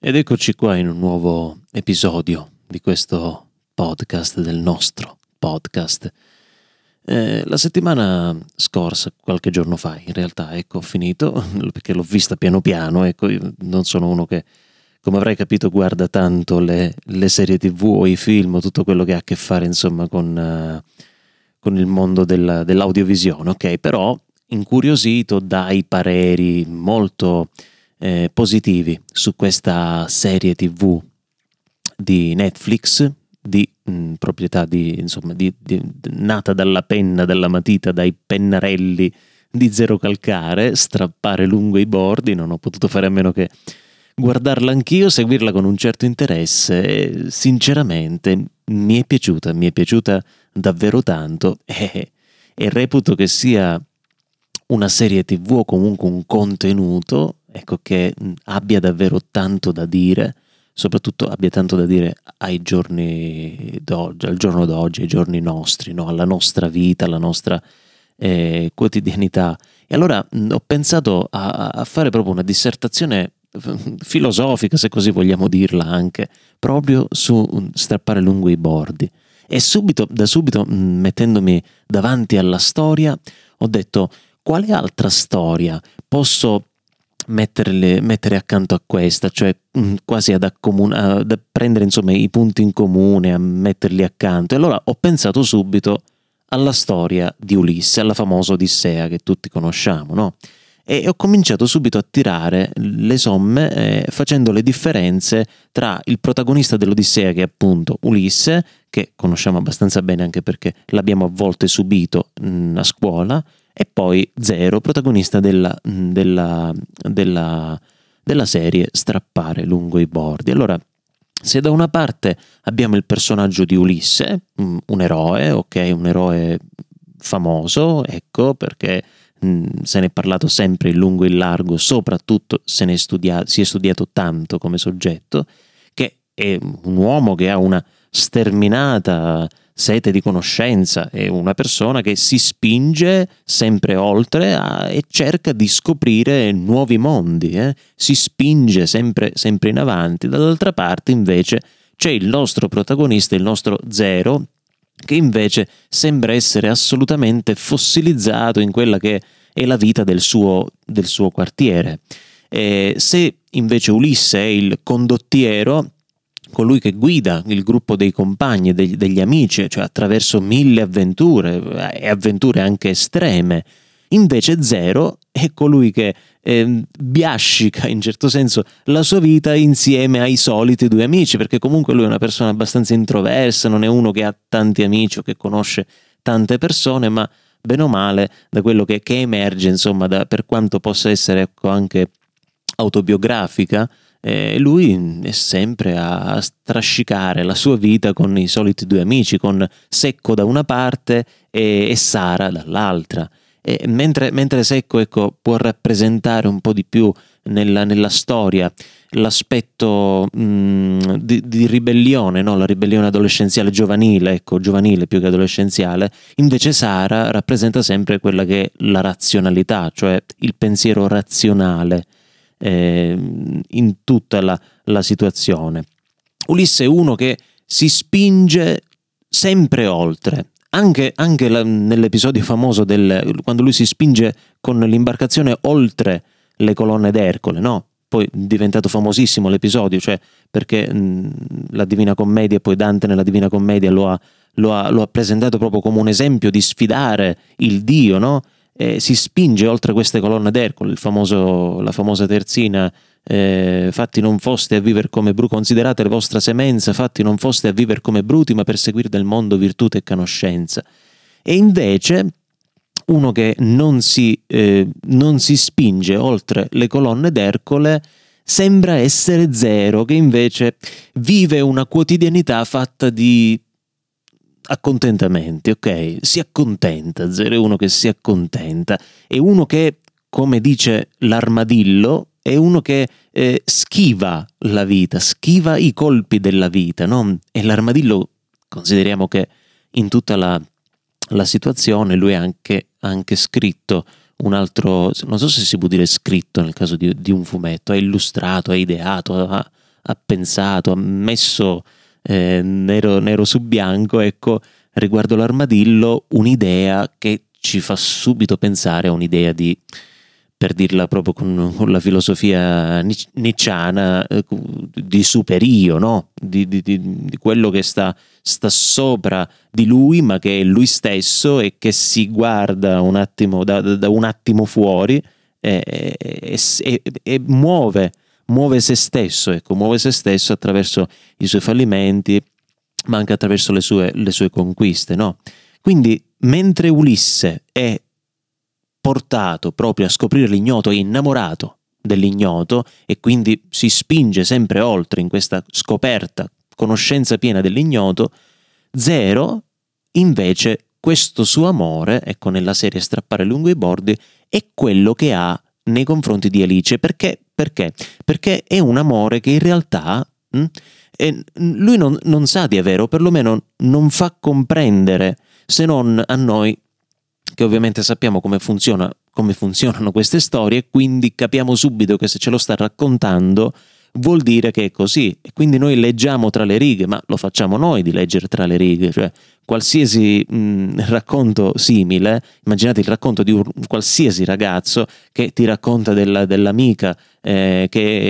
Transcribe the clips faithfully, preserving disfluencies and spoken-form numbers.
Ed eccoci qua in un nuovo episodio di questo podcast, del nostro podcast. Eh, la settimana scorsa, qualche giorno fa, in realtà, ecco, ho finito, perché l'ho vista piano piano, ecco, io non sono uno che, come avrai capito, guarda tanto le, le serie tivù o i film, tutto quello che ha a che fare, insomma, con, uh, con il mondo della, dell'audiovisione, ok? Però incuriosito dai pareri molto eh, positivi su questa serie tivù di Netflix, di mh, proprietà di, insomma, di, di, nata dalla penna, dalla matita, dai pennarelli di Zero Calcare, Strappare lungo i bordi. Non ho potuto fare a meno che guardarla anch'io, seguirla con un certo interesse e sinceramente mi è piaciuta, mi è piaciuta davvero tanto e, e reputo che sia una serie tivù o comunque un contenuto, ecco, che abbia davvero tanto da dire, soprattutto abbia tanto da dire ai giorni d'oggi, al giorno d'oggi, ai giorni nostri, no? Alla nostra vita, alla nostra eh, quotidianità. E allora mh, ho pensato a, a fare proprio una dissertazione filosofica, se così vogliamo dirla, anche proprio su Strappare lungo i bordi. E subito, da subito, mh, mettendomi davanti alla storia, ho detto: quale altra storia posso metterle, mettere accanto a questa, cioè mh, quasi ad, accomuna, ad prendere, insomma, i punti in comune, a metterli accanto? E allora ho pensato subito alla storia di Ulisse, alla famosa Odissea che tutti conosciamo, no? E ho cominciato subito a tirare le somme eh, facendo le differenze tra il protagonista dell'Odissea, che è appunto Ulisse, che conosciamo abbastanza bene anche perché l'abbiamo a volte subito mh, a scuola, e poi Zero, protagonista della, della, della, della serie Strappare lungo i bordi. Allora, se da una parte abbiamo il personaggio di Ulisse, un eroe, ok, un eroe famoso, ecco, perché mh, se ne è parlato sempre in lungo e in largo, soprattutto se ne è studiato, si è studiato tanto come soggetto, che è un uomo che ha una sterminata sete di conoscenza, è una persona che si spinge sempre oltre a, e cerca di scoprire nuovi mondi, eh? Si spinge sempre, sempre in avanti. Dall'altra parte invece c'è il nostro protagonista, il nostro Zero, che invece sembra essere assolutamente fossilizzato in quella che è la vita del suo, del suo quartiere. E se invece Ulisse è il condottiero, colui che guida il gruppo dei compagni, degli, degli amici, cioè attraverso mille avventure e avventure anche estreme, invece Zero è colui che eh, biascica in certo senso la sua vita insieme ai soliti due amici, perché comunque lui è una persona abbastanza introversa, non è uno che ha tanti amici o che conosce tante persone, ma bene o male, da quello che, che emerge, insomma, da, per quanto possa essere, ecco, anche autobiografica, Eh, lui è sempre a strascicare la sua vita con i soliti due amici, con Secco da una parte e, e Sara dall'altra. E mentre, mentre Secco, ecco, può rappresentare un po' di più nella, nella storia l'aspetto mh, di, di ribellione, no? La ribellione adolescenziale giovanile, ecco, giovanile più che adolescenziale, invece Sara rappresenta sempre quella che è la razionalità, cioè il pensiero razionale Eh, in tutta la, la situazione. Ulisse è uno che si spinge sempre oltre, anche, anche la, nell'episodio famoso del, quando lui si spinge con l'imbarcazione oltre le colonne d'Ercole, no? Poi è diventato famosissimo l'episodio, cioè perché mh, la Divina Commedia, poi Dante nella Divina Commedia lo ha, lo ha, lo ha presentato proprio come un esempio di sfidare il Dio, no? Eh, si spinge oltre queste colonne d'Ercole, il famoso, la famosa terzina, eh, fatti non foste a vivere come bruti, considerate le vostre semenze, fatti non foste a vivere come bruti, ma per seguire del mondo virtù e conoscenza. E invece uno che non si, eh, non si spinge oltre le colonne d'Ercole sembra essere Zero, che invece vive una quotidianità fatta di accontentamenti, ok? Si accontenta. Zero è uno che si accontenta, è uno che, come dice l'armadillo, è uno che eh, schiva la vita, schiva i colpi della vita, no? E l'armadillo, consideriamo che in tutta la, la situazione lui ha anche, anche scritto un altro, non so se si può dire scritto nel caso di, di un fumetto, ha illustrato, ha ideato, ha, ha pensato, ha messo eh, nero, nero su bianco, ecco, riguardo l'armadillo, un'idea che ci fa subito pensare a un'idea di, per dirla proprio con, con la filosofia nicciana, eh, di superio, no? Di, di, di, di quello che sta, sta sopra di lui, ma che è lui stesso e che si guarda un attimo da, da un attimo fuori e, e, e, e muove, muove se stesso, ecco, muove se stesso attraverso i suoi fallimenti, ma anche attraverso le sue, le sue conquiste, no? Quindi, mentre Ulisse è portato proprio a scoprire l'ignoto, è innamorato dell'ignoto e quindi si spinge sempre oltre in questa scoperta, conoscenza piena dell'ignoto, Zero, invece, questo suo amore, ecco, nella serie Strappare lungo i bordi, è quello che ha nei confronti di Alice. Perché? Perché? Perché è un amore che in realtà mh, eh, lui non, non sa di avere, o perlomeno non fa comprendere, se non a noi, che ovviamente sappiamo come funziona, come funzionano queste storie, quindi capiamo subito che se ce lo sta raccontando vuol dire che è così, e quindi noi leggiamo tra le righe, ma lo facciamo noi di leggere tra le righe, cioè qualsiasi mh, racconto simile, immaginate il racconto di un qualsiasi ragazzo che ti racconta della, dell'amica eh,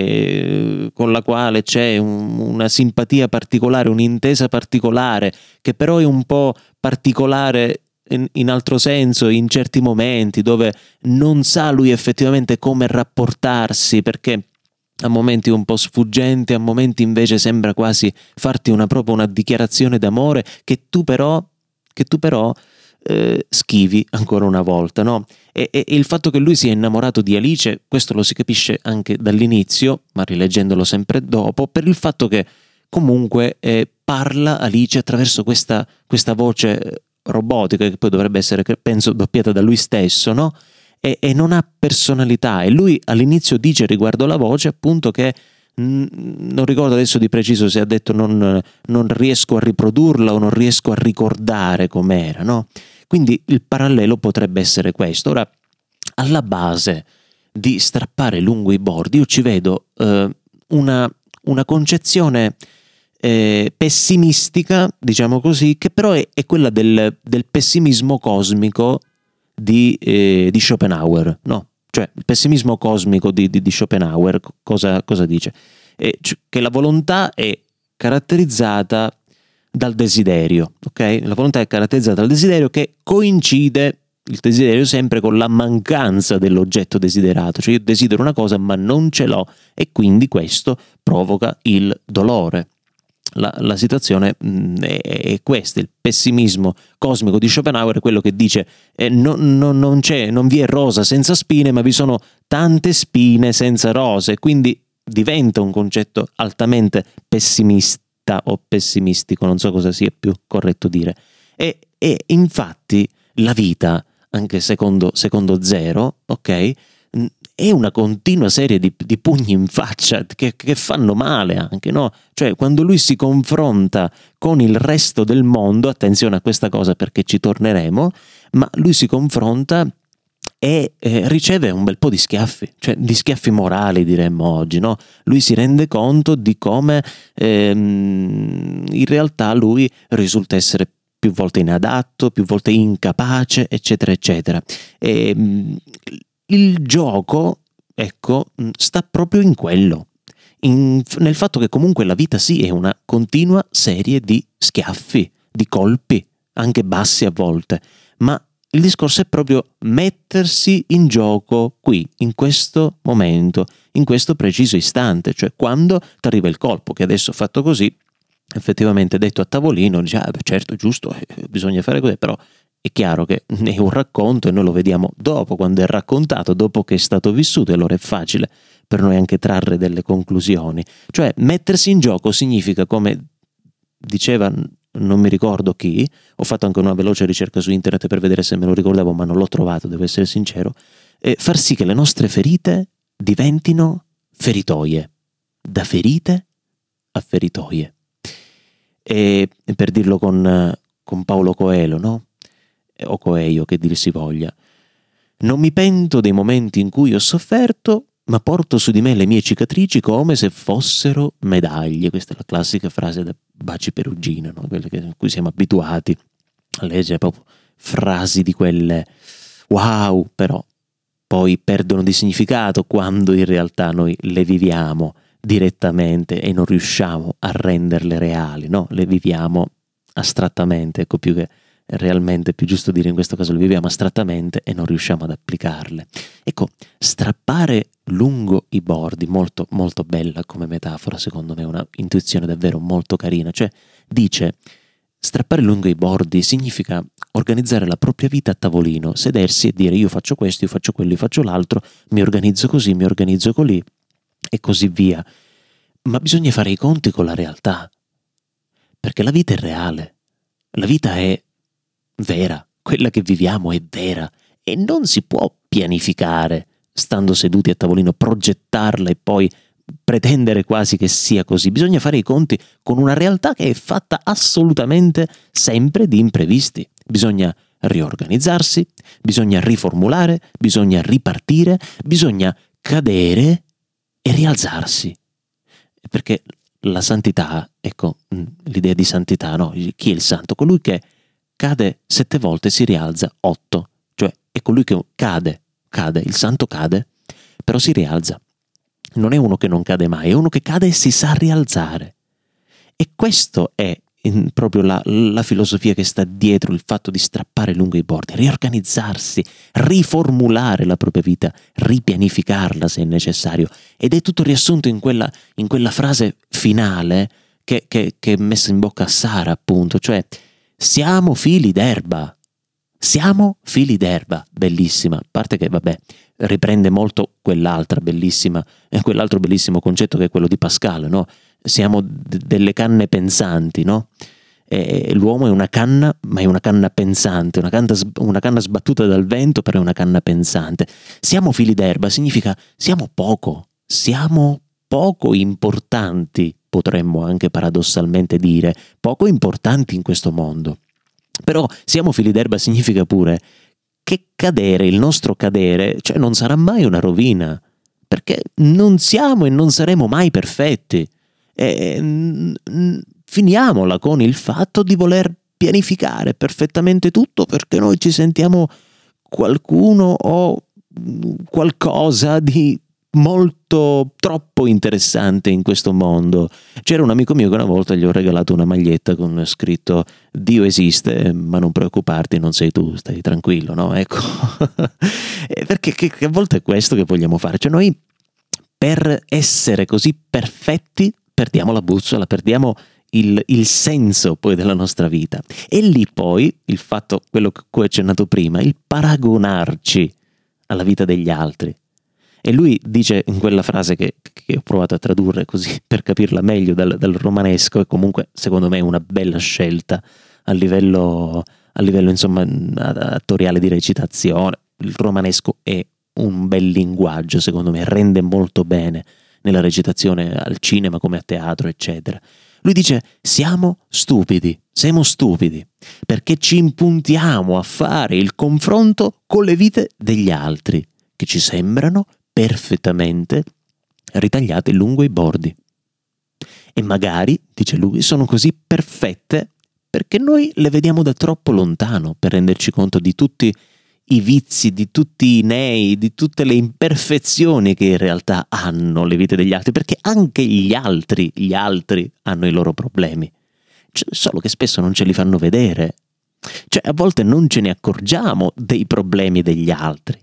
che, con la quale c'è un, una simpatia particolare, un'intesa particolare, che però è un po' particolare in, in altro senso, in certi momenti dove non sa lui effettivamente come rapportarsi, perché a momenti un po' sfuggenti, a momenti invece sembra quasi farti una proprio una dichiarazione d'amore che tu però, che tu però eh, schivi ancora una volta, no? E, e, e il fatto che lui sia innamorato di Alice, questo lo si capisce anche dall'inizio, ma rileggendolo sempre dopo, per il fatto che comunque eh, parla Alice attraverso questa, questa voce robotica, che poi dovrebbe essere, penso, doppiata da lui stesso, no? E, e non ha personalità, e lui all'inizio dice riguardo la voce appunto che mh, non ricordo adesso di preciso se ha detto non, non riesco a riprodurla o non riesco a ricordare com'era, no? Quindi il parallelo potrebbe essere questo. Ora, alla base di Strappare lungo i bordi io ci vedo eh, una, una concezione eh, pessimistica, diciamo così, che però è, è quella del, del pessimismo cosmico Di, eh, di Schopenhauer, no? Cioè il pessimismo cosmico di, di, di Schopenhauer cosa, cosa dice? Eh, cioè, che la volontà è caratterizzata dal desiderio, ok? La volontà è caratterizzata dal desiderio che coincide, il desiderio sempre, con la mancanza dell'oggetto desiderato, cioè io desidero una cosa ma non ce l'ho e quindi questo provoca il dolore. La, la situazione mh, è, è questa, il pessimismo cosmico di Schopenhauer è quello che dice eh, no, no, non c'è, non vi è rosa senza spine, ma vi sono tante spine senza rose, quindi diventa un concetto altamente pessimista o pessimistico, non so cosa sia più corretto dire. E, e infatti la vita, anche secondo, secondo Zero, ok, è una continua serie di, di pugni in faccia che, che fanno male anche, no? Cioè quando lui si confronta con il resto del mondo, attenzione a questa cosa perché ci torneremo, ma lui si confronta e eh, riceve un bel po' di schiaffi, cioè di schiaffi morali diremmo oggi, no? Lui si rende conto di come ehm, in realtà lui risulta essere più volte inadatto, più volte incapace, eccetera, eccetera. E, mh, il gioco, ecco, sta proprio in quello, in, nel fatto che comunque la vita sì è una continua serie di schiaffi, di colpi, anche bassi a volte, ma il discorso è proprio mettersi in gioco qui, in questo momento, in questo preciso istante, cioè quando ti arriva il colpo, che adesso fatto così, effettivamente detto a tavolino, dice, ah, beh, certo, giusto, eh, bisogna fare così, però è chiaro che è un racconto e noi lo vediamo dopo, quando è raccontato, dopo che è stato vissuto, e allora è facile per noi anche trarre delle conclusioni. Cioè mettersi in gioco significa, come diceva non mi ricordo chi, ho fatto anche una veloce ricerca su internet per vedere se me lo ricordavo ma non l'ho trovato, devo essere sincero, eh, far sì che le nostre ferite diventino feritoie, da ferite a feritoie. E per dirlo con, con Paolo Coelho, no? O Coelho, che dir si voglia, non mi pento dei momenti in cui ho sofferto, ma porto su di me le mie cicatrici come se fossero medaglie. Questa è la classica frase da Baci Perugina, no? Quelle che, a cui siamo abituati a leggere, proprio frasi di quelle wow, però poi perdono di significato quando in realtà noi le viviamo direttamente e non riusciamo a renderle reali, no? Le viviamo astrattamente, ecco, più che realmente, è più giusto dire in questo caso, le viviamo astrattamente e non riusciamo ad applicarle. Ecco, strappare lungo i bordi, molto molto bella come metafora, secondo me, una intuizione davvero molto carina, cioè dice strappare lungo i bordi significa organizzare la propria vita a tavolino, sedersi e dire io faccio questo, io faccio quello, io faccio l'altro, mi organizzo così, mi organizzo colì e così via. Ma bisogna fare i conti con la realtà, perché la vita è reale, la vita è vera, quella che viviamo è vera e non si può pianificare stando seduti a tavolino, progettarla e poi pretendere quasi che sia così. Bisogna fare i conti con una realtà che è fatta assolutamente sempre di imprevisti. Bisogna riorganizzarsi, bisogna riformulare, bisogna ripartire, bisogna cadere e rialzarsi. Perché la santità, ecco, l'idea di santità, no? Chi è il santo? Colui che cade sette volte e si rialza otto. Cioè è colui che cade, cade, il santo cade, però si rialza. Non è uno che non cade mai, è uno che cade e si sa rialzare. E questo è in, proprio la, la filosofia che sta dietro il fatto di strappare lungo i bordi, riorganizzarsi, riformulare la propria vita, ripianificarla se è necessario. Ed è tutto riassunto in quella, in quella frase finale che, che, che è messa in bocca a Sara, appunto, cioè siamo fili d'erba. Siamo fili d'erba, bellissima, a parte che vabbè, riprende molto quell'altra bellissima, quell'altro bellissimo concetto che è quello di Pascal, no? Siamo d- delle canne pensanti, no? E l'uomo è una canna, ma è una canna pensante, una canna, una canna sbattuta dal vento, però è una canna pensante. Siamo fili d'erba, significa siamo poco, siamo poco importanti, potremmo anche paradossalmente dire, poco importanti in questo mondo. Però siamo fili d'erba significa pure che cadere, il nostro cadere, cioè non sarà mai una rovina, perché non siamo e non saremo mai perfetti. E, n- n- finiamola con il fatto di voler pianificare perfettamente tutto perché noi ci sentiamo qualcuno o qualcosa di molto troppo interessante in questo mondo. C'era un amico mio che una volta gli ho regalato una maglietta con scritto Dio esiste ma non preoccuparti, non sei tu, stai tranquillo, no? Ecco. Perché che, che a volte è questo che vogliamo fare, cioè noi per essere così perfetti perdiamo la bussola, perdiamo il, il senso poi della nostra vita. E lì poi il fatto, quello che ho accennato prima, il paragonarci alla vita degli altri. E lui dice in quella frase che, che ho provato a tradurre così per capirla meglio dal, dal romanesco, e comunque secondo me è una bella scelta a livello, a livello insomma attoriale di recitazione. Il romanesco è un bel linguaggio, secondo me rende molto bene nella recitazione al cinema come a teatro, eccetera. Lui dice siamo stupidi, siamo stupidi perché ci impuntiamo a fare il confronto con le vite degli altri che ci sembrano perfettamente ritagliate lungo i bordi. E magari, dice lui, sono così perfette perché noi le vediamo da troppo lontano per renderci conto di tutti i vizi, di tutti i nei, di tutte le imperfezioni che in realtà hanno le vite degli altri, perché anche gli altri, gli altri hanno i loro problemi, cioè, solo che spesso non ce li fanno vedere. Cioè a volte non ce ne accorgiamo dei problemi degli altri.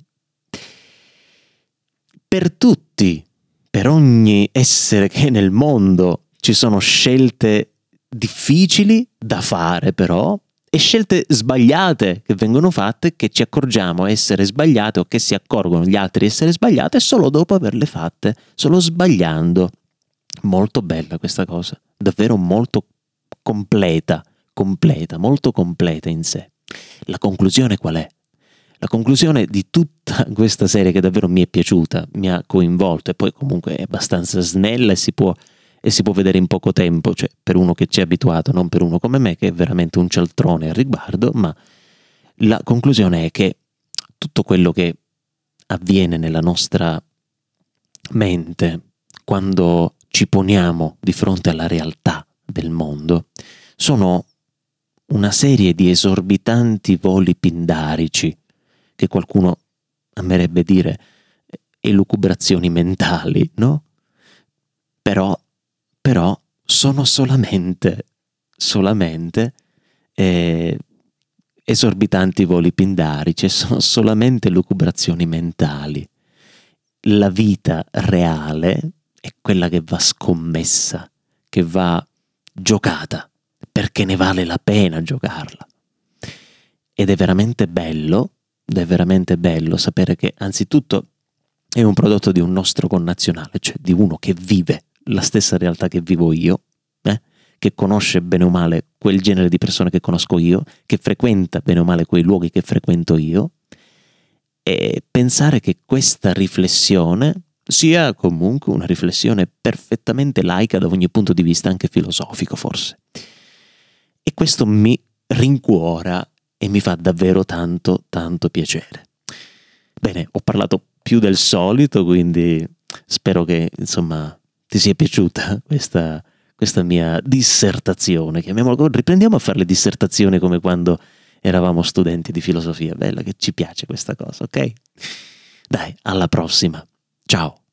Per tutti, per ogni essere che è nel mondo, ci sono scelte difficili da fare però, e scelte sbagliate che vengono fatte, che ci accorgiamo essere sbagliate o che si accorgono gli altri essere sbagliate solo dopo averle fatte, solo sbagliando. Molto bella questa cosa, davvero molto completa, completa, molto completa in sé. La conclusione qual è? La conclusione di tutta questa serie che davvero mi è piaciuta, mi ha coinvolto e poi comunque è abbastanza snella e si può, e si può vedere in poco tempo, cioè per uno che ci è abituato, non per uno come me che è veramente un cialtrone al riguardo, ma la conclusione è che tutto quello che avviene nella nostra mente, quando ci poniamo di fronte alla realtà del mondo, sono una serie di esorbitanti voli pindarici, che qualcuno amerebbe dire elucubrazioni mentali, no? Però, però sono solamente, solamente eh, esorbitanti voli pindarici, sono solamente lucubrazioni mentali. La vita reale è quella che va scommessa, che va giocata, perché ne vale la pena giocarla. Ed è veramente bello, ed è veramente bello sapere che anzitutto è un prodotto di un nostro connazionale, cioè di uno che vive la stessa realtà che vivo io, eh? che conosce bene o male quel genere di persone che conosco io, che frequenta bene o male quei luoghi che frequento io, e pensare che questa riflessione sia comunque una riflessione perfettamente laica da ogni punto di vista, anche filosofico forse. E questo mi rincuora e mi fa davvero tanto, tanto piacere. Bene, ho parlato più del solito, quindi spero che, insomma, ti sia piaciuta questa, questa mia dissertazione. Chiamiamola, riprendiamo a fare le dissertazioni come quando eravamo studenti di filosofia. Bella che ci piace questa cosa, ok? Dai, alla prossima. Ciao.